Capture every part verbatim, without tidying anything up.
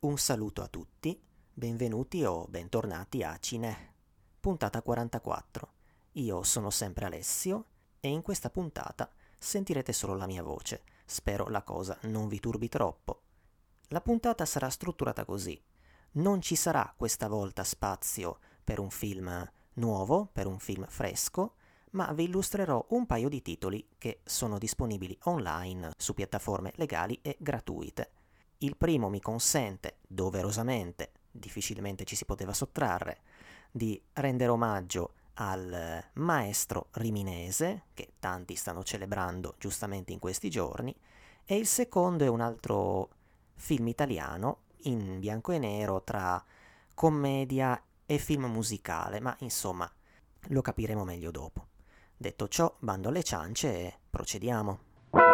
Un saluto a tutti, benvenuti o bentornati a Cine, puntata quarantaquattro. Io sono sempre Alessio e in questa puntata sentirete solo la mia voce. Spero la cosa non vi turbi troppo. La puntata sarà strutturata così. Non ci sarà questa volta spazio per un film nuovo, per un film fresco, ma vi illustrerò un paio di titoli che sono disponibili online su piattaforme legali e gratuite. Il primo mi consente, doverosamente, difficilmente ci si poteva sottrarre, di rendere omaggio al maestro riminese, che tanti stanno celebrando giustamente in questi giorni, e il secondo è un altro film italiano in bianco e nero tra commedia e film musicale, ma insomma lo capiremo meglio dopo. Detto ciò, bando alle ciance e procediamo.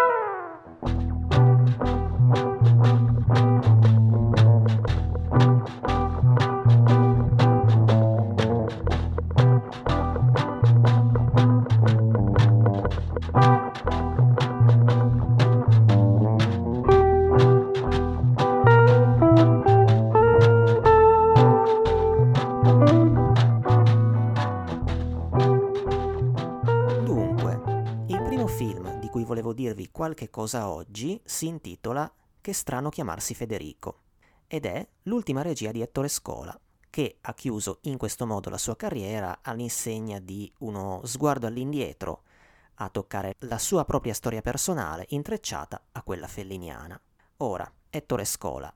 Volevo dirvi qualche cosa oggi si intitola Che strano chiamarsi Federico ed è l'ultima regia di Ettore Scola, che ha chiuso in questo modo la sua carriera all'insegna di uno sguardo all'indietro a toccare la sua propria storia personale intrecciata a quella felliniana. Ora, Ettore Scola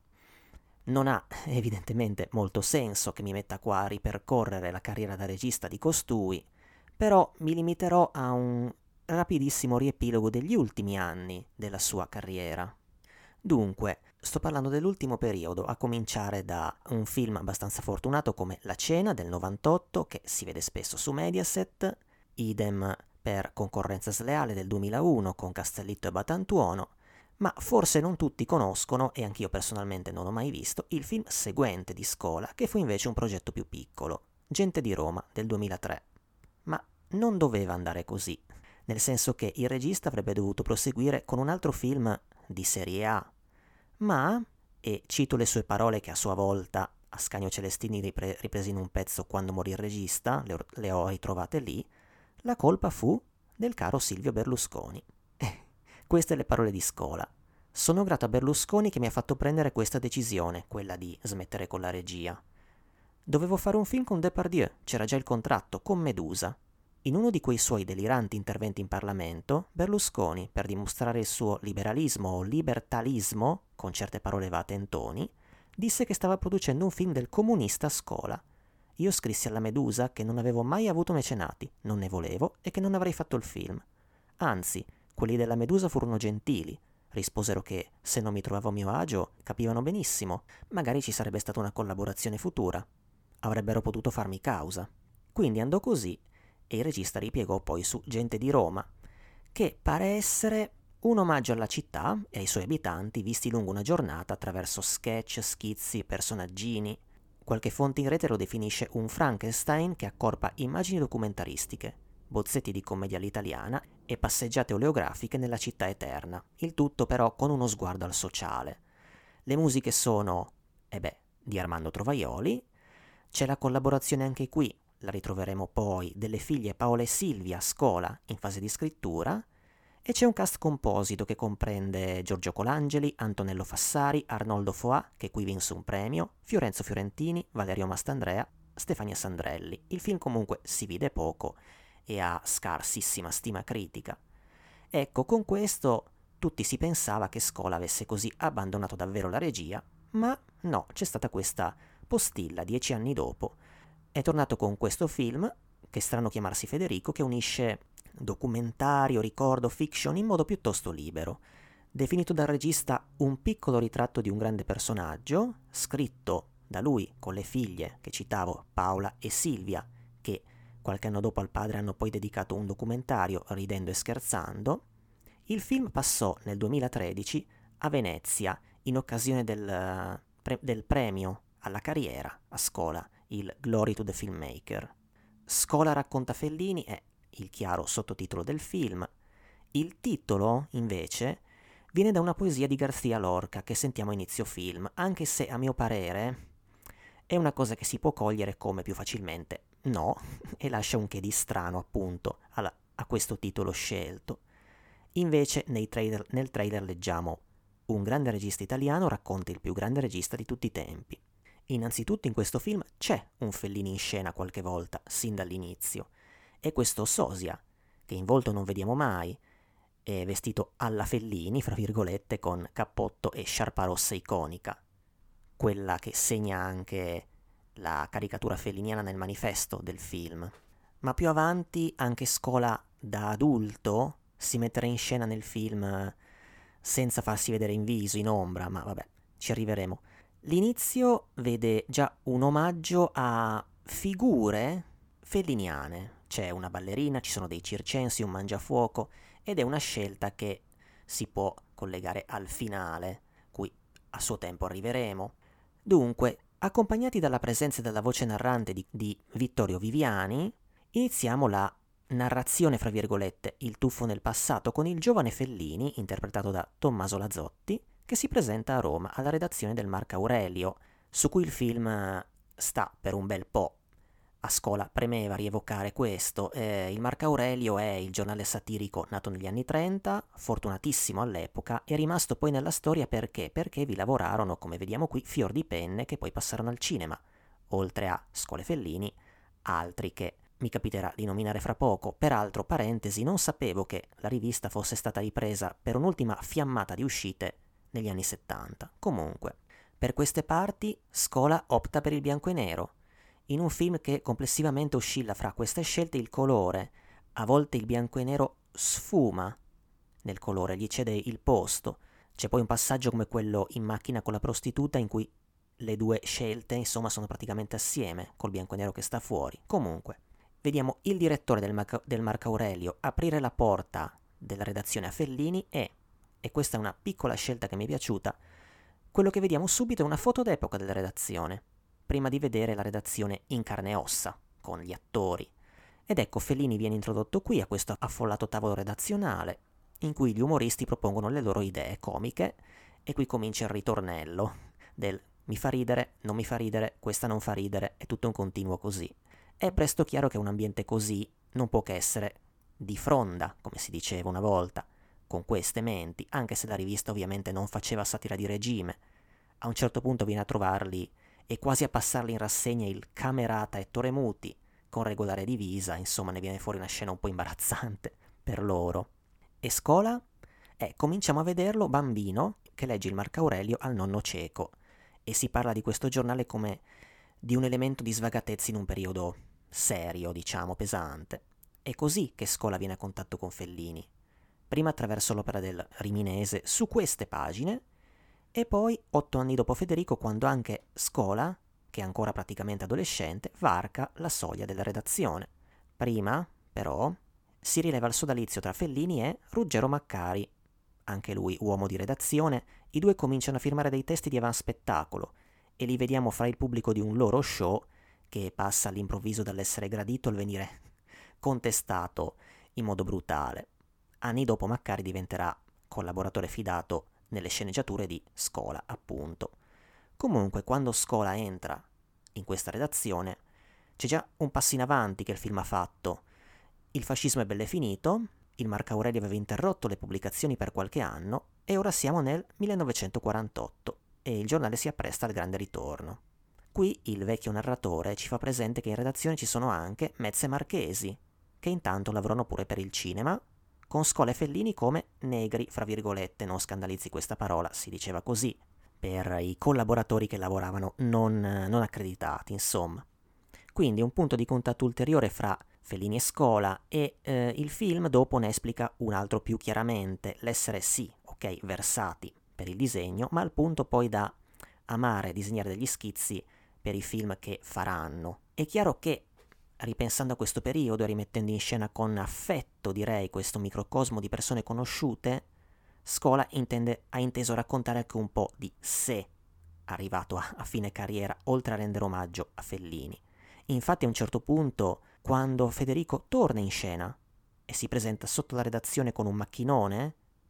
non ha evidentemente molto senso che mi metta qua a ripercorrere la carriera da regista di costui, però mi limiterò a un rapidissimo riepilogo degli ultimi anni della sua carriera. Dunque, sto parlando dell'ultimo periodo, a cominciare da un film abbastanza fortunato come La Cena del novantotto, che si vede spesso su Mediaset, idem per Concorrenza sleale del duemilauno con Castellitto e Batantuono, ma forse non tutti conoscono, e anch'io personalmente non ho mai visto, il film seguente di Scola, che fu invece un progetto più piccolo, Gente di Roma del duemilatré. Ma non doveva andare così, nel senso che il regista avrebbe dovuto proseguire con un altro film di serie A, ma, e cito le sue parole che a sua volta Ascanio Celestini ripre- riprese in un pezzo Quando morì il regista, le, ho, le ho ritrovate lì, la colpa fu del caro Silvio Berlusconi. Eh, queste le parole di Scola. Sono grato a Berlusconi che mi ha fatto prendere questa decisione, quella di smettere con la regia. Dovevo fare un film con Depardieu, c'era già il contratto, con Medusa. In uno di quei suoi deliranti interventi in Parlamento, Berlusconi, per dimostrare il suo liberalismo o libertalismo, con certe parole va a tentoni, disse che stava producendo un film del comunista Scola. Io scrissi alla Medusa che non avevo mai avuto mecenati, non ne volevo e che non avrei fatto il film. Anzi, quelli della Medusa furono gentili. Risposero che, se non mi trovavo a mio agio, capivano benissimo, magari ci sarebbe stata una collaborazione futura. Avrebbero potuto farmi causa. Quindi andò così, e il regista ripiegò poi su Gente di Roma, che pare essere un omaggio alla città e ai suoi abitanti visti lungo una giornata attraverso sketch, schizzi, personaggini. Qualche fonte in rete lo definisce un Frankenstein che accorpa immagini documentaristiche, bozzetti di commedia all'italiana e passeggiate oleografiche nella città eterna, il tutto però con uno sguardo al sociale. Le musiche sono, e beh, di Armando Trovaioli, c'è la collaborazione anche qui, la ritroveremo poi, delle figlie Paola e Silvia a Scola in fase di scrittura, e c'è un cast composito che comprende Giorgio Colangeli, Antonello Fassari, Arnoldo Foà, che qui vinse un premio, Fiorenzo Fiorentini, Valerio Mastandrea, Stefania Sandrelli. Il film comunque si vide poco e ha scarsissima stima critica. Ecco, con questo tutti si pensava che Scola avesse così abbandonato davvero la regia, ma no, c'è stata questa postilla dieci anni dopo. È tornato con questo film, che è strano chiamarsi Federico, che unisce documentario, ricordo, fiction in modo piuttosto libero. Definito dal regista un piccolo ritratto di un grande personaggio, scritto da lui con le figlie che citavo, Paola e Silvia, che qualche anno dopo al padre hanno poi dedicato un documentario ridendo e scherzando, il film passò nel duemilatredici a Venezia in occasione del, del premio alla carriera a Scola, il Glory to the Filmmaker. Scola racconta Fellini è il chiaro sottotitolo del film. Il titolo, invece, viene da una poesia di García Lorca che sentiamo a inizio film, anche se a mio parere è una cosa che si può cogliere come più facilmente no, e lascia un che di strano appunto alla, a questo titolo scelto. Invece nei trailer, nel trailer leggiamo: un grande regista italiano racconta il più grande regista di tutti i tempi. Innanzitutto in questo film c'è un Fellini in scena qualche volta, sin dall'inizio, e questo Sosia, che in volto non vediamo mai, è vestito alla Fellini, fra virgolette, con cappotto e sciarpa rossa iconica, quella che segna anche la caricatura felliniana nel manifesto del film. Ma più avanti anche Scola da adulto si metterà in scena nel film senza farsi vedere in viso, in ombra, ma vabbè, ci arriveremo. L'inizio vede già un omaggio a figure felliniane. C'è una ballerina, ci sono dei circensi, un mangiafuoco, ed è una scelta che si può collegare al finale, cui a suo tempo arriveremo. Dunque, accompagnati dalla presenza e dalla voce narrante di, di Vittorio Viviani, iniziamo la narrazione, fra virgolette, il tuffo nel passato, con il giovane Fellini, interpretato da Tommaso Lazzotti, che si presenta a Roma alla redazione del Marco Aurelio, su cui il film sta per un bel po'. A scuola premeva rievocare questo. Eh, il Marco Aurelio è il giornale satirico nato negli anni trenta, fortunatissimo all'epoca, e rimasto poi nella storia perché? Perché vi lavorarono, come vediamo qui, fior di penne che poi passarono al cinema, oltre a Scuole Fellini, altri che mi capiterà di nominare fra poco. Peraltro, parentesi, non sapevo che la rivista fosse stata ripresa per un'ultima fiammata di uscite negli anni settanta. Comunque, per queste parti, Scola opta per il bianco e nero, in un film che complessivamente oscilla fra queste scelte. Il colore, a volte il bianco e nero sfuma nel colore, gli cede il posto. C'è poi un passaggio come quello in macchina con la prostituta in cui le due scelte, insomma, sono praticamente assieme, col bianco e nero che sta fuori. Comunque, vediamo il direttore del, Marco, del Marco Aurelio aprire la porta della redazione a Fellini e, e questa è una piccola scelta che mi è piaciuta, quello che vediamo subito è una foto d'epoca della redazione, prima di vedere la redazione in carne e ossa, con gli attori. Ed ecco, Fellini viene introdotto qui a questo affollato tavolo redazionale, in cui gli umoristi propongono le loro idee comiche, e qui comincia il ritornello del mi fa ridere, non mi fa ridere, questa non fa ridere, è tutto un continuo così. È presto chiaro che un ambiente così non può che essere di fronda, come si diceva una volta, con queste menti, anche se la rivista ovviamente non faceva satira di regime. A un certo punto viene a trovarli e quasi a passarli in rassegna il camerata Ettore Muti, con regolare divisa, insomma ne viene fuori una scena un po' imbarazzante per loro. E Scola? Eh, cominciamo a vederlo bambino che legge il Marco Aurelio al nonno cieco, e si parla di questo giornale come di un elemento di svagatezza in un periodo serio, diciamo, pesante. È così che Scola viene a contatto con Fellini, prima attraverso l'opera del Riminese su queste pagine, e poi otto anni dopo Federico, quando anche Scola, che è ancora praticamente adolescente, varca la soglia della redazione. Prima, però, si rileva il sodalizio tra Fellini e Ruggero Maccari, anche lui uomo di redazione. I due cominciano a firmare dei testi di avanspettacolo e li vediamo fra il pubblico di un loro show che passa all'improvviso dall'essere gradito al venire contestato in modo brutale. Anni dopo Maccari diventerà collaboratore fidato nelle sceneggiature di Scola, appunto. Comunque, quando Scola entra in questa redazione, c'è già un passo in avanti che il film ha fatto. Il fascismo è bell'e finito, il Marco Aurelio aveva interrotto le pubblicazioni per qualche anno e ora siamo nel millenovecentoquarantotto e il giornale si appresta al grande ritorno. Qui il vecchio narratore ci fa presente che in redazione ci sono anche mezze marchesi, che intanto lavorano pure per il cinema, con Scola e Fellini come negri, fra virgolette, non scandalizzi questa parola, si diceva così, per i collaboratori che lavoravano non, non accreditati, insomma. Quindi un punto di contatto ulteriore fra Fellini e Scola, e eh, il film dopo ne esplica un altro più chiaramente, l'essere sì, ok, versati per il disegno, ma al punto poi da amare disegnare degli schizzi per i film che faranno. È chiaro che, ripensando a questo periodo e rimettendo in scena con affetto, direi, questo microcosmo di persone conosciute, Scola intende, ha inteso raccontare anche un po' di sé, arrivato a, a fine carriera, oltre a rendere omaggio a Fellini. Infatti a un certo punto, quando Federico torna in scena e si presenta sotto la redazione con un macchinone,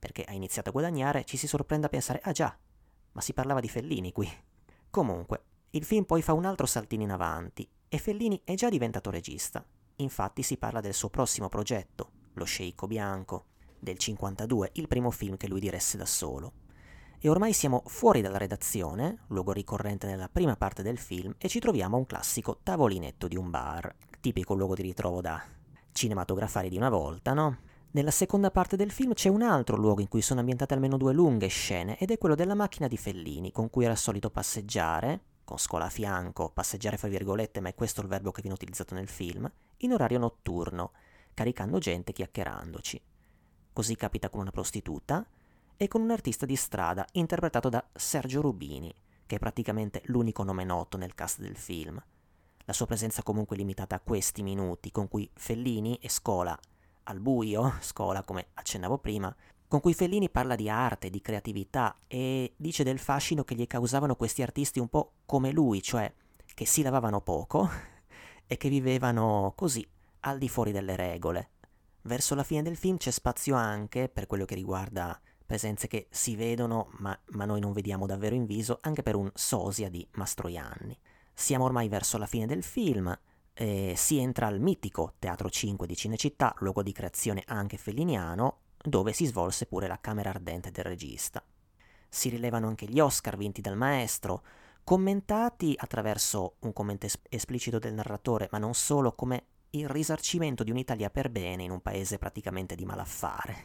perché ha iniziato a guadagnare, ci si sorprende a pensare, ah già, ma si parlava di Fellini qui. Comunque, il film poi fa un altro saltino in avanti, e Fellini è già diventato regista. Infatti si parla del suo prossimo progetto, Lo sceicco bianco, del cinquantadue, il primo film che lui diresse da solo. E ormai siamo fuori dalla redazione, luogo ricorrente nella prima parte del film, e ci troviamo a un classico tavolinetto di un bar, tipico luogo di ritrovo da cinematografari di una volta, no? Nella seconda parte del film c'è un altro luogo in cui sono ambientate almeno due lunghe scene, ed è quello della macchina di Fellini, con cui era solito passeggiare, con Scola a fianco, passeggiare fra virgolette, ma è questo il verbo che viene utilizzato nel film, in orario notturno, caricando gente chiacchierandoci. Così capita con una prostituta e con un artista di strada interpretato da Sergio Rubini, che è praticamente l'unico nome noto nel cast del film. La sua presenza comunque limitata a questi minuti, con cui Fellini e Scola, al buio, Scola come accennavo prima, con cui Fellini parla di arte, di creatività e dice del fascino che gli causavano questi artisti un po' come lui, cioè che si lavavano poco e che vivevano così, al di fuori delle regole. Verso la fine del film c'è spazio anche, per quello che riguarda presenze che si vedono ma, ma noi non vediamo davvero in viso, anche per un sosia di Mastroianni. Siamo ormai verso la fine del film, eh, si entra al mitico Teatro cinque di Cinecittà, luogo di creazione anche felliniano, dove si svolse pure la camera ardente del regista. Si rilevano anche gli Oscar vinti dal maestro, commentati attraverso un commento es- esplicito del narratore, ma non solo, come il risarcimento di un'Italia per bene in un paese praticamente di malaffare.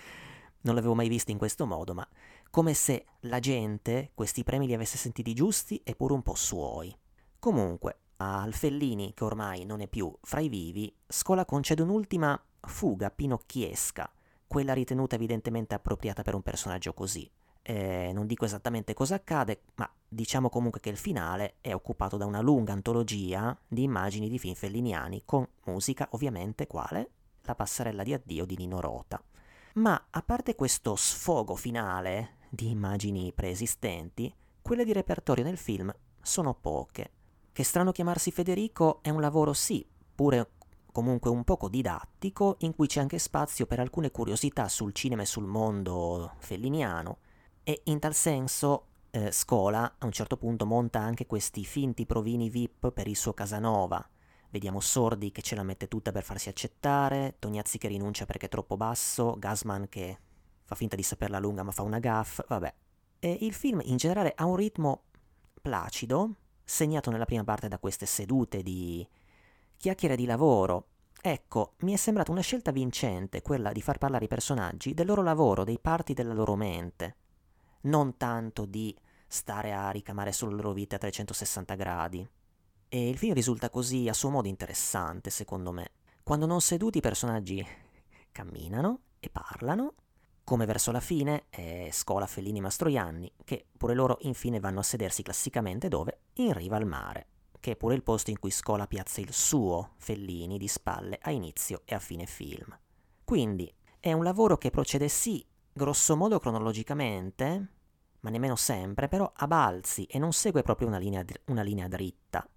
Non l'avevo mai visto in questo modo, ma come se la gente questi premi li avesse sentiti giusti e pure un po' suoi. Comunque, al Fellini, che ormai non è più fra i vivi, Scola concede un'ultima fuga pinocchiesca, quella ritenuta evidentemente appropriata per un personaggio così. Eh, non dico esattamente cosa accade, ma diciamo comunque che il finale è occupato da una lunga antologia di immagini di film felliniani, con musica ovviamente quale? La passerella di addio di Nino Rota. Ma a parte questo sfogo finale di immagini preesistenti, quelle di repertorio nel film sono poche. Che strano chiamarsi Federico è un lavoro sì, pure comunque un poco didattico, in cui c'è anche spazio per alcune curiosità sul cinema e sul mondo felliniano, e in tal senso eh, Scola a un certo punto monta anche questi finti provini V I P per il suo Casanova. Vediamo Sordi che ce la mette tutta per farsi accettare, Tognazzi che rinuncia perché è troppo basso, Gassman che fa finta di saperla lunga ma fa una gaffe, vabbè. E il film in generale ha un ritmo placido, segnato nella prima parte da queste sedute di chiacchiere di lavoro. Ecco, mi è sembrata una scelta vincente quella di far parlare i personaggi del loro lavoro, dei parti della loro mente, non tanto di stare a ricamare sulle loro vite a trecentosessanta gradi. E il film risulta così a suo modo interessante, secondo me. Quando non seduti i personaggi camminano e parlano, come verso la fine è Scola, Fellini, Mastroianni, che pure loro infine vanno a sedersi classicamente dove? In riva al mare, che è pure il posto in cui Scola piazza il suo Fellini di spalle a inizio e a fine film. Quindi è un lavoro che procede sì, grosso modo cronologicamente, ma nemmeno sempre, però a balzi e non segue proprio una linea, una linea dritta.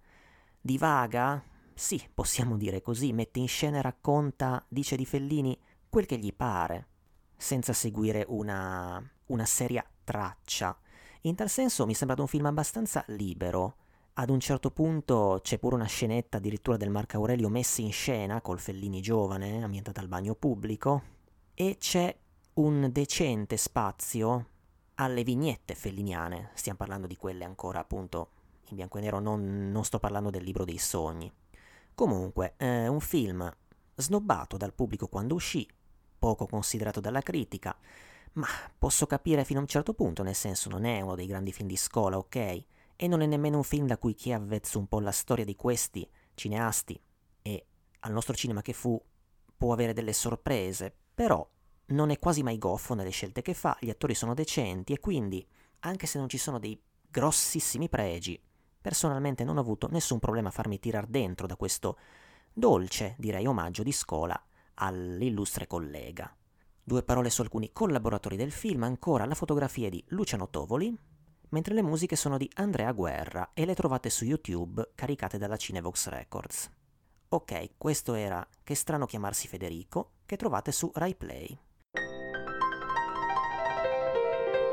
Divaga? Sì, possiamo dire così, mette in scena e racconta, dice di Fellini, quel che gli pare, senza seguire una, una seria traccia. In tal senso mi è sembrato un film abbastanza libero. Ad un certo punto c'è pure una scenetta addirittura del Marco Aurelio messa in scena col Fellini giovane, ambientata al bagno pubblico, e c'è un decente spazio alle vignette felliniane. Stiamo parlando di quelle ancora appunto in bianco e nero, non, non sto parlando del libro dei sogni. Comunque, eh, un film snobbato dal pubblico quando uscì, poco considerato dalla critica, ma posso capire fino a un certo punto, nel senso non è uno dei grandi film di Scola, ok? E non è nemmeno un film da cui chi è avvezzo un po' la storia di questi cineasti e al nostro cinema che fu può avere delle sorprese, però non è quasi mai goffo nelle scelte che fa, gli attori sono decenti e quindi, anche se non ci sono dei grossissimi pregi, personalmente non ho avuto nessun problema a farmi tirar dentro da questo dolce, direi, omaggio di Scola all'illustre collega. Due parole su alcuni collaboratori del film, ancora la fotografia è di Luciano Tovoli, mentre le musiche sono di Andrea Guerra e le trovate su YouTube caricate dalla Cinevox Records. Ok, questo era Che strano chiamarsi Federico, che trovate su RaiPlay.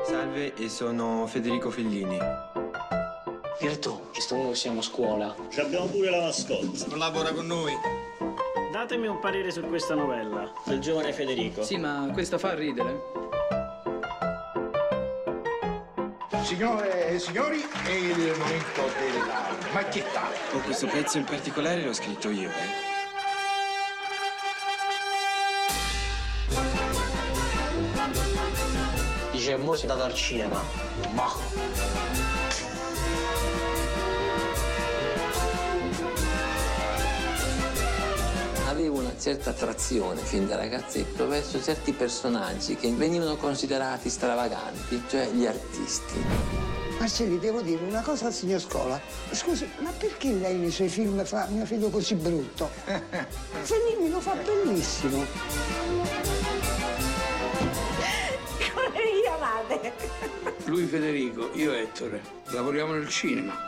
Salve, e sono Federico Fellini. Direttore, visto che siamo a scuola. Ci abbiamo pure la mascotte. Collabora con noi. Datemi un parere su questa novella del giovane Federico. Sì, ma questa fa ridere. Signore e signori, è il momento della macchietta. Oh, questo pezzo in particolare l'ho scritto io, eh. Dice, mo sei andato al cinema. Ma... Avevo una certa attrazione fin da ragazzetto verso certi personaggi che venivano considerati stravaganti, cioè gli artisti. Marcelli, devo dire una cosa al signor Scola. Scusi, ma perché lei nei suoi film fa mio figlio così brutto? Fellini lo fa bellissimo. Come vi chiamate? Lui Federico, io Ettore. Lavoriamo nel cinema.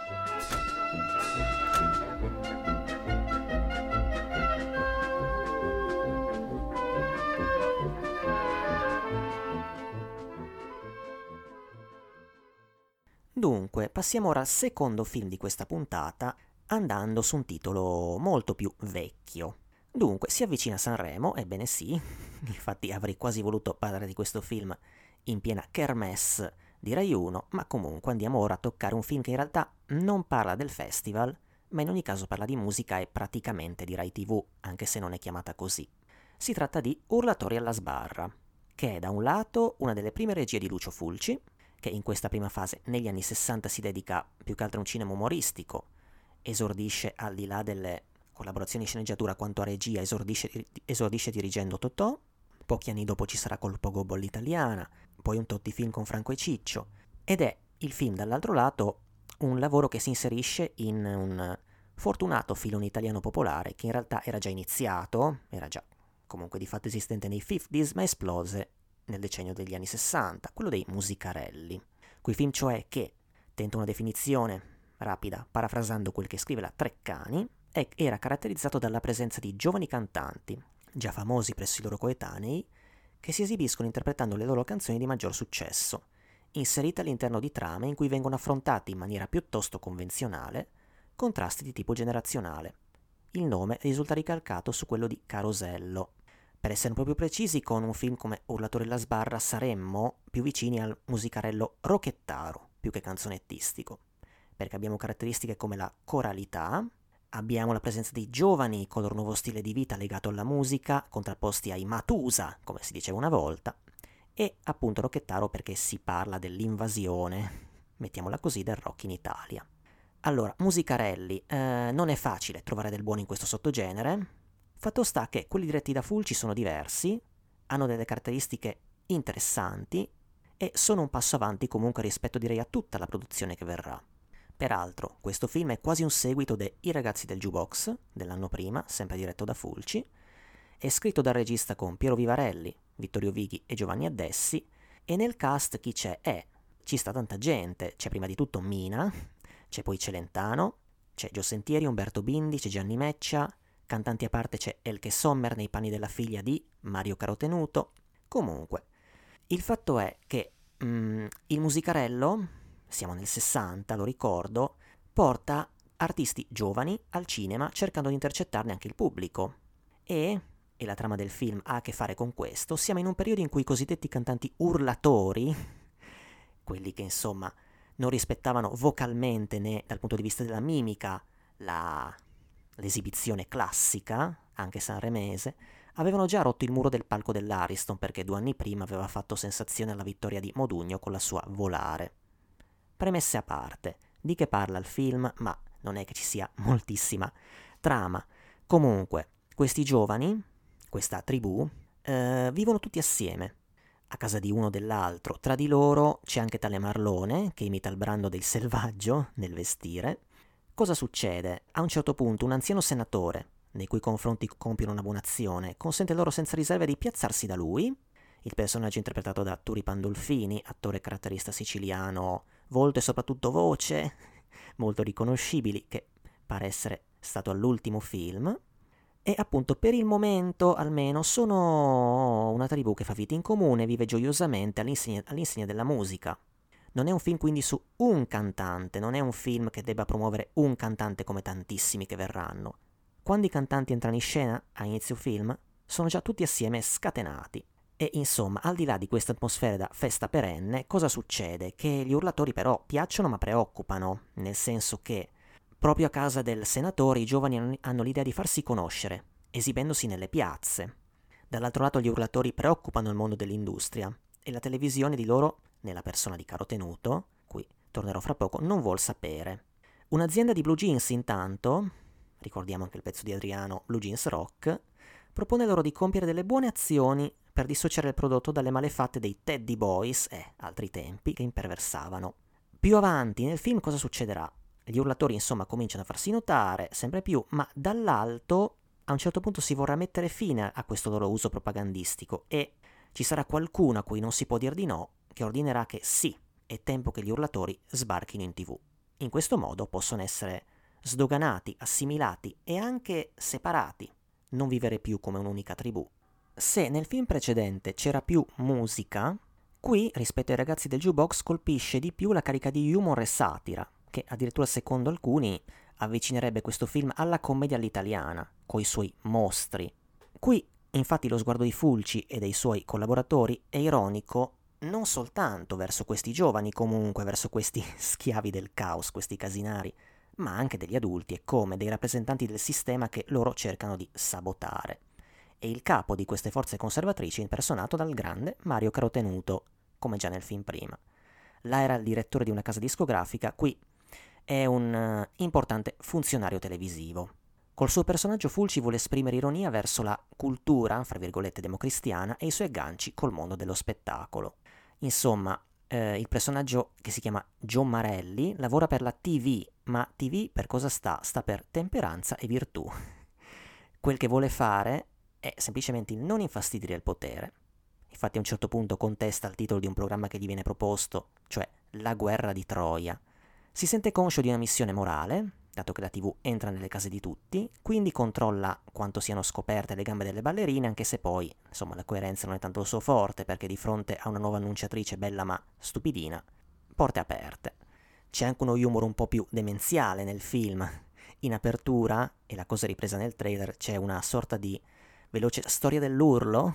Dunque, passiamo ora al secondo film di questa puntata, andando su un titolo molto più vecchio. Dunque, si avvicina Sanremo, ebbene sì, infatti avrei quasi voluto parlare di questo film in piena kermesse di Rai uno, ma comunque andiamo ora a toccare un film che in realtà non parla del festival, ma in ogni caso parla di musica e praticamente di Rai tivù, anche se non è chiamata così. Si tratta di Urlatori alla sbarra, che è da un lato una delle prime regie di Lucio Fulci, che in questa prima fase negli anni sessanta si dedica più che altro a un cinema umoristico, esordisce al di là delle collaborazioni in sceneggiatura quanto a regia, esordisce, esordisce dirigendo Totò, pochi anni dopo ci sarà Colpo Gobbo all'italiana, poi un tot di film con Franco e Ciccio, ed è il film dall'altro lato un lavoro che si inserisce in un fortunato filone italiano popolare che in realtà era già iniziato, era già comunque di fatto esistente nei fifties, ma esplose nel decennio degli anni sessanta, quello dei musicarelli. Quei film cioè che, tento una definizione rapida, parafrasando quel che scrive la Treccani, è, era caratterizzato dalla presenza di giovani cantanti, già famosi presso i loro coetanei, che si esibiscono interpretando le loro canzoni di maggior successo, inserite all'interno di trame in cui vengono affrontati in maniera piuttosto convenzionale contrasti di tipo generazionale. Il nome risulta ricalcato su quello di Carosello. Per essere un po' più precisi, con un film come Urlatori alla sbarra saremmo più vicini al musicarello rocchettaro, più che canzonettistico, perché abbiamo caratteristiche come la coralità, abbiamo la presenza di giovani con il loro nuovo stile di vita legato alla musica, contrapposti ai Matusa, come si diceva una volta, e appunto rocchettaro perché si parla dell'invasione, mettiamola così, del rock in Italia. Allora, musicarelli, eh, non è facile trovare del buono in questo sottogenere. Fatto sta che quelli diretti da Fulci sono diversi, hanno delle caratteristiche interessanti e sono un passo avanti comunque rispetto direi a tutta la produzione che verrà. Peraltro, questo film è quasi un seguito de I ragazzi del jukebox, dell'anno prima, sempre diretto da Fulci, è scritto dal regista con Piero Vivarelli, Vittorio Vighi e Giovanni Addessi, e nel cast chi c'è? Eh, ci sta tanta gente, c'è prima di tutto Mina, c'è poi Celentano, c'è Gio Sentieri, Umberto Bindi, c'è Gianni Meccia, cantanti a parte c'è Elke Sommer nei panni della figlia di Mario Carotenuto. Comunque, il fatto è che mm, il musicarello, siamo nel sessanta, lo ricordo, porta artisti giovani al cinema cercando di intercettarne anche il pubblico. E, e la trama del film ha a che fare con questo, siamo in un periodo in cui i cosiddetti cantanti urlatori, quelli che insomma non rispettavano vocalmente né dal punto di vista della mimica la... l'esibizione classica, anche sanremese, avevano già rotto il muro del palco dell'Ariston perché due anni prima aveva fatto sensazione alla vittoria di Modugno con la sua Volare. Premesse a parte, di che parla il film, ma non è che ci sia moltissima trama. Comunque, questi giovani, questa tribù, eh, vivono tutti assieme, a casa di uno o dell'altro. Tra di loro c'è anche tale Marlone, che imita il brando del selvaggio nel vestire. Cosa succede? A un certo punto un anziano senatore, nei cui confronti compiono una buona azione, consente loro senza riserve di piazzarsi da lui. Il personaggio interpretato da Turi Pandolfini, attore caratterista siciliano, volto e soprattutto voce, molto riconoscibili, che pare essere stato all'ultimo film. E appunto per il momento almeno sono una tribù che fa vita in comune, vive gioiosamente all'insegna, all'insegna della musica. Non è un film quindi su un cantante, non è un film che debba promuovere un cantante come tantissimi che verranno. Quando i cantanti entrano in scena a inizio film, sono già tutti assieme scatenati. E insomma, al di là di questa atmosfera da festa perenne, cosa succede? Che gli urlatori però piacciono ma preoccupano, nel senso che proprio a casa del senatore i giovani hanno l'idea di farsi conoscere, esibendosi nelle piazze. Dall'altro lato gli urlatori preoccupano il mondo dell'industria e la televisione di loro, nella persona di Caro Tenuto, cui tornerò fra poco, non vuol sapere. Un'azienda di blue jeans intanto, ricordiamo anche il pezzo di Adriano, Blue Jeans Rock, propone loro di compiere delle buone azioni per dissociare il prodotto dalle malefatte dei Teddy Boys e altri tempi che imperversavano. Più avanti nel film cosa succederà? Gli urlatori insomma cominciano a farsi notare sempre più, ma dall'alto a un certo punto si vorrà mettere fine a questo loro uso propagandistico e ci sarà qualcuno a cui non si può dir di no che ordinerà che sì, è tempo che gli urlatori sbarchino in tv. In questo modo possono essere sdoganati, assimilati e anche separati, non vivere più come un'unica tribù. Se nel film precedente c'era più musica, qui rispetto ai ragazzi del jukebox colpisce di più la carica di humor e satira, che addirittura secondo alcuni avvicinerebbe questo film alla commedia all'italiana, coi suoi mostri. Qui infatti lo sguardo di Fulci e dei suoi collaboratori è ironico non soltanto verso questi giovani comunque, verso questi schiavi del caos, questi casinari, ma anche degli adulti e come dei rappresentanti del sistema che loro cercano di sabotare. E il capo di queste forze conservatrici impersonato dal grande Mario Carotenuto, come già nel film prima. Là era il direttore di una casa discografica, qui è un uh, importante funzionario televisivo. Col suo personaggio Fulci vuole esprimere ironia verso la cultura, fra virgolette, democristiana e i suoi agganci col mondo dello spettacolo. Insomma, eh, il personaggio che si chiama John Marelli lavora per la T V, ma T V per cosa sta? Sta per temperanza e virtù. Quel che vuole fare è semplicemente il non infastidire il potere. Infatti a un certo punto contesta il titolo di un programma che gli viene proposto, cioè La guerra di Troia. Si sente conscio di una missione morale, dato che la tivù entra nelle case di tutti, quindi controlla quanto siano scoperte le gambe delle ballerine, anche se poi, insomma, la coerenza non è tanto il suo forte, perché di fronte a una nuova annunciatrice bella ma stupidina, porte aperte. C'è anche uno humor un po' più demenziale nel film. In apertura, e la cosa è ripresa nel trailer, c'è una sorta di veloce storia dell'urlo,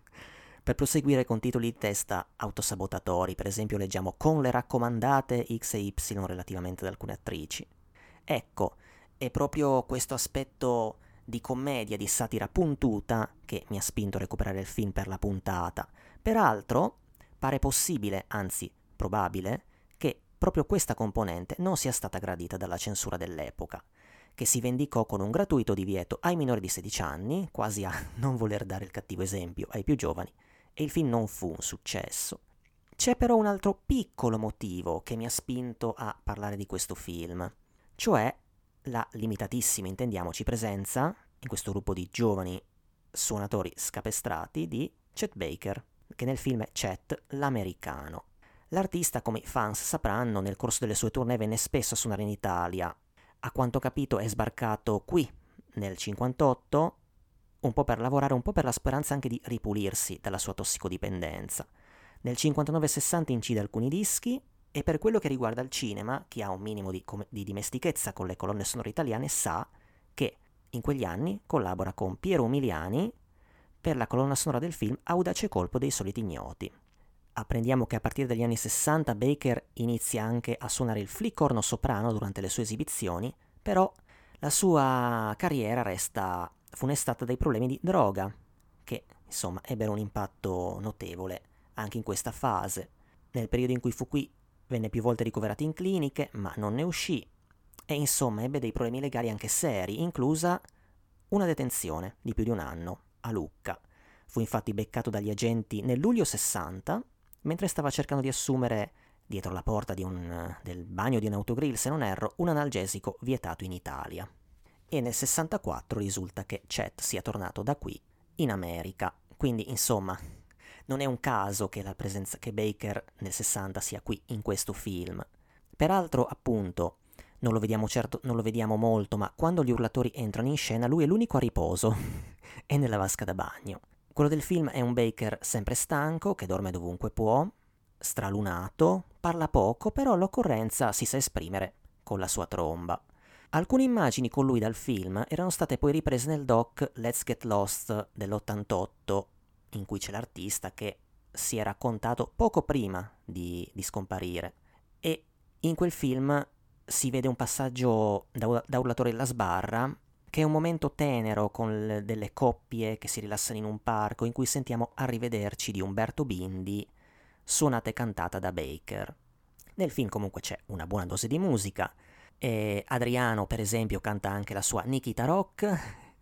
per proseguire con titoli di testa autosabotatori. Per esempio leggiamo con le raccomandate X e Y relativamente ad alcune attrici. Ecco, è proprio questo aspetto di commedia, di satira puntuta che mi ha spinto a recuperare il film per la puntata. Peraltro, pare possibile, anzi probabile, che proprio questa componente non sia stata gradita dalla censura dell'epoca, che si vendicò con un gratuito divieto ai minori di sedici anni, quasi a non voler dare il cattivo esempio ai più giovani, e il film non fu un successo. C'è però un altro piccolo motivo che mi ha spinto a parlare di questo film, cioè la limitatissima, intendiamoci, presenza in questo gruppo di giovani suonatori scapestrati di Chet Baker, che nel film è Chet l'americano. L'artista, come i fans sapranno, nel corso delle sue tournée venne spesso a suonare in Italia. A quanto ho capito è sbarcato qui nel cinquantotto, un po' per lavorare, un po' per la speranza anche di ripulirsi dalla sua tossicodipendenza. Nel cinquantanove sessanta incide alcuni dischi e per quello che riguarda il cinema, chi ha un minimo di, com- di dimestichezza con le colonne sonore italiane sa che in quegli anni collabora con Piero Umiliani per la colonna sonora del film Audace colpo dei soliti ignoti. Apprendiamo che a partire dagli anni sessanta Baker inizia anche a suonare il flicorno soprano durante le sue esibizioni, però la sua carriera resta funestata dai problemi di droga, che insomma ebbero un impatto notevole anche in questa fase. Nel periodo in cui fu qui venne più volte ricoverato in cliniche, ma non ne uscì, e insomma ebbe dei problemi legali anche seri, inclusa una detenzione di più di un anno a Lucca. Fu infatti beccato dagli agenti nel luglio sessanta, mentre stava cercando di assumere, dietro la porta di un, del bagno di un autogrill se non erro, un analgesico vietato in Italia. E nel sessantaquattro risulta che Chet sia tornato da qui in America, quindi insomma non è un caso che la presenza che Baker nel sessanta sia qui in questo film. Peraltro, appunto, non lo vediamo certo, non lo vediamo molto, ma quando gli urlatori entrano in scena lui è l'unico a riposo, è nella vasca da bagno. Quello del film è un Baker sempre stanco, che dorme dovunque può, stralunato, parla poco, però all'occorrenza si sa esprimere con la sua tromba. Alcune immagini con lui dal film erano state poi riprese nel doc Let's Get Lost dell'ottantotto, in cui c'è l'artista che si è raccontato poco prima di, di scomparire. E in quel film si vede un passaggio da, da Urlatore alla sbarra, che è un momento tenero con le, delle coppie che si rilassano in un parco, in cui sentiamo Arrivederci di Umberto Bindi, suonata e cantata da Baker. Nel film comunque c'è una buona dose di musica, e Adriano per esempio canta anche la sua Nikita Rock,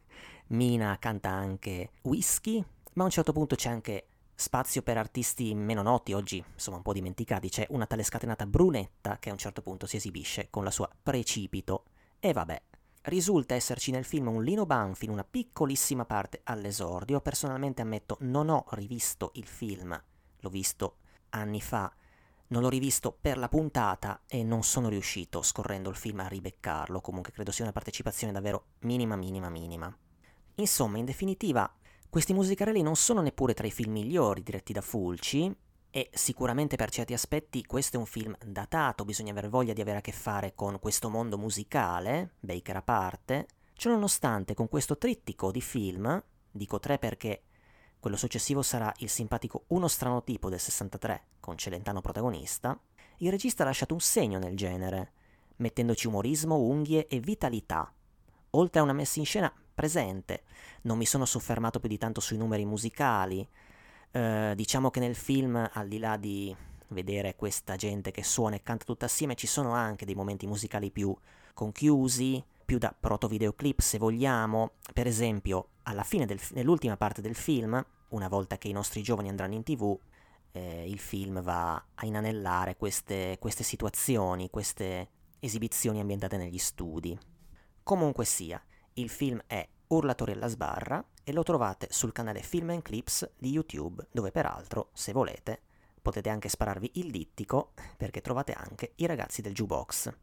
Mina canta anche Whisky, ma a un certo punto c'è anche spazio per artisti meno noti, oggi insomma un po' dimenticati. C'è una tale scatenata Brunetta che a un certo punto si esibisce con la sua Precipito, e vabbè. Risulta esserci nel film un Lino Banfi in una piccolissima parte all'esordio. Personalmente ammetto, non ho rivisto il film, l'ho visto anni fa, non l'ho rivisto per la puntata e non sono riuscito, scorrendo il film, a ribeccarlo. Comunque credo sia una partecipazione davvero minima, minima, minima. Insomma, in definitiva, questi musicarelli non sono neppure tra i film migliori diretti da Fulci, e sicuramente per certi aspetti questo è un film datato, bisogna aver voglia di avere a che fare con questo mondo musicale, Baker a parte. Ciononostante, con questo trittico di film, dico tre perché quello successivo sarà il simpatico Uno strano tipo del sessantatré, con Celentano protagonista, il regista ha lasciato un segno nel genere, mettendoci umorismo, unghie e vitalità, oltre a una messa in scena presente. Non mi sono soffermato più di tanto sui numeri musicali. Uh, diciamo che nel film, al di là di vedere questa gente che suona e canta tutta assieme, ci sono anche dei momenti musicali più conchiusi, più da proto-videoclip se vogliamo. Per esempio, alla fine del, nell'ultima parte del film, una volta che i nostri giovani andranno in tv, eh, il film va a inanellare queste, queste situazioni, queste esibizioni ambientate negli studi. Comunque sia, il film è Urlatori alla sbarra e lo trovate sul canale Film and Clips di YouTube, dove peraltro, se volete, potete anche spararvi il dittico, perché trovate anche i ragazzi del jukebox.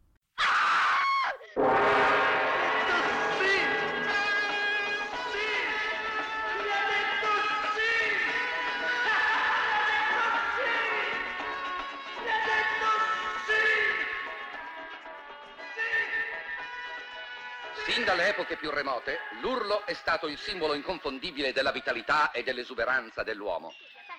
Sin dalle epoche più remote, l'urlo è stato il simbolo inconfondibile della vitalità e dell'esuberanza dell'uomo.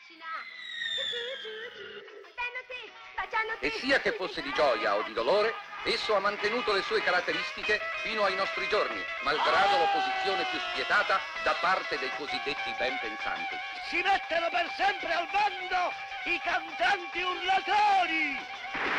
E sia che fosse di gioia o di dolore, esso ha mantenuto le sue caratteristiche fino ai nostri giorni, malgrado l'opposizione più spietata da parte dei cosiddetti ben pensanti. Si mettono per sempre al bando i cantanti urlatori!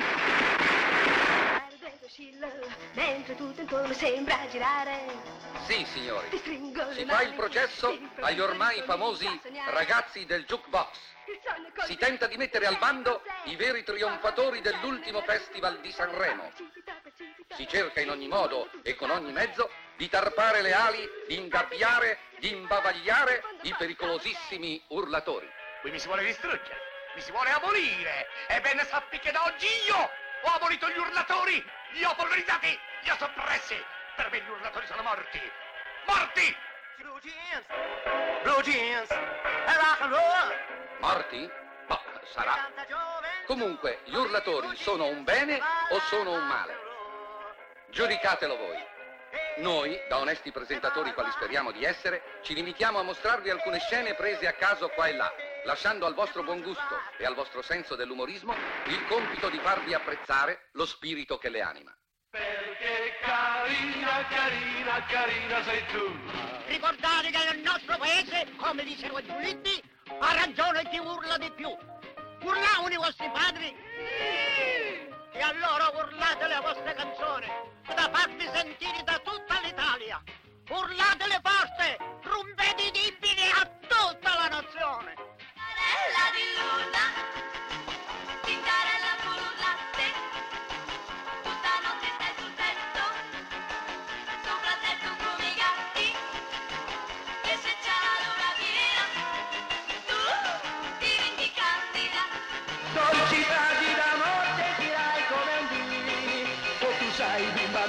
Mentre tutto intorno sembra girare. Sì, signori, si fa il processo agli ormai famosi ragazzi del jukebox. Si tenta di mettere al bando i veri trionfatori dell'ultimo festival di Sanremo. Si cerca in ogni modo e con ogni mezzo di tarpare le ali, di ingabbiare, di imbavagliare i pericolosissimi urlatori. Qui mi si vuole distruggere, mi si vuole abolire. Ebbene sappi che da oggi io ho abolito gli urlatori, li ho polverizzati, li ho soppressi. Per me gli urlatori sono morti. Morti! Blue jeans, blue jeans, e rock and roll. Morti? Boh, sarà. Comunque, gli urlatori sono un bene o sono un male? Giudicatelo voi. Noi, da onesti presentatori quali speriamo di essere, ci limitiamo a mostrarvi alcune scene prese a caso qua e là, lasciando al vostro buon gusto e al vostro senso dell'umorismo il compito di farvi apprezzare lo spirito che le anima. Perché carina, carina, carina sei tu. Ricordate che nel nostro paese, come diceva Giulitti, ha ragione chi urla di più. Urlavano i vostri padri? Sì! E allora urlate le vostre canzoni, da farvi sentire da tutta l'Italia. Urlate le forte, rumpedidibili a tutta la nazione. Tintarella di luna, tintarella burlate, tutta notte stai sul tetto, sopra il tetto come i gatti, e se c'è la luna piena, tu diventi candida. Dolci frasi d'amore tirai come un dì, o tu sai bimba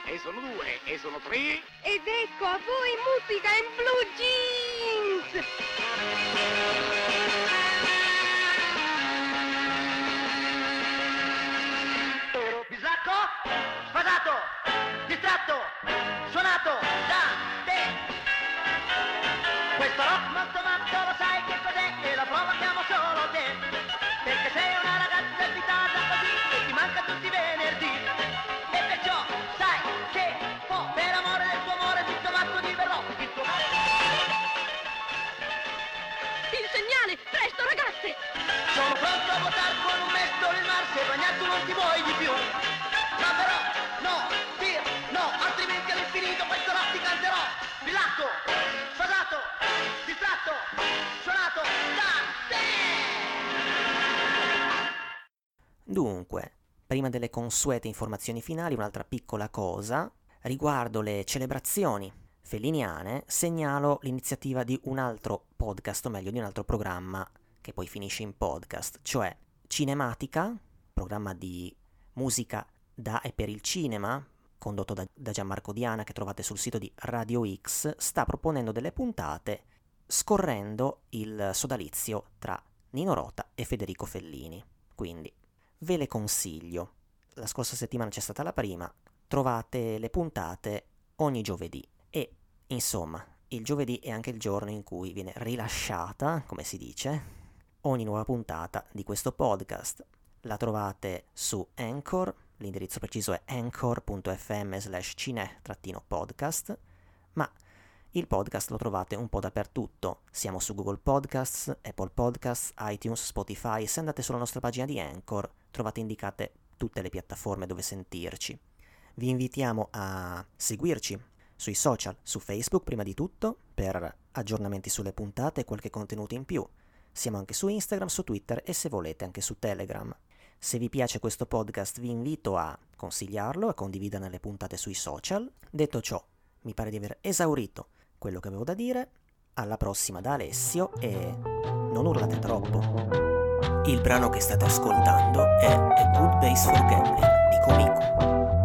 e sono due, e sono tre. Ed ecco a voi musica in blue jeans! Bisacco, sfasato, distratto, suonato da te. Questo rock molto matto lo sai che cos'è e lo provochiamo solo te. Perché sei una ragazza invitata così e ti manca tutti i venerdì. E perciò sai che oh, per amore del tuo amore tutto matto diverrò. Il tuo Il segnale, presto ragazze! Sono pronto a votare con un mestolo in mar, se bagnato non ti vuoi di più. Ma però, no, dir, no, altrimenti all'infinito questo rock ti canterò. Bilatto, sfasato, distratto, suonato da te! Dunque, prima delle consuete informazioni finali, un'altra piccola cosa. Riguardo le celebrazioni felliniane, segnalo l'iniziativa di un altro podcast, o meglio di un altro programma che poi finisce in podcast, cioè Cinematica, programma di musica da e per il cinema, condotto da, da Gianmarco Diana, che trovate sul sito di Radio X, sta proponendo delle puntate scorrendo il sodalizio tra Nino Rota e Federico Fellini. Quindi ve le consiglio. La scorsa settimana c'è stata la prima, trovate le puntate ogni giovedì e, insomma, il giovedì è anche il giorno in cui viene rilasciata, come si dice, ogni nuova puntata di questo podcast. La trovate su Anchor, l'indirizzo preciso è anchor.fm slash cine-podcast, ma il podcast lo trovate un po' dappertutto. Siamo su Google Podcasts, Apple Podcasts, iTunes, Spotify. Se andate sulla nostra pagina di Anchor, trovate indicate tutte le piattaforme dove sentirci. Vi invitiamo a seguirci sui social, su Facebook prima di tutto, per aggiornamenti sulle puntate e qualche contenuto in più. Siamo anche su Instagram, su Twitter e se volete anche su Telegram. Se vi piace questo podcast vi invito a consigliarlo, a condividerne le puntate sui social. Detto ciò, mi pare di aver esaurito quello che avevo da dire. Alla prossima da Alessio e non urlate troppo. Il brano che state ascoltando è A Good Base for Gambling di Comico.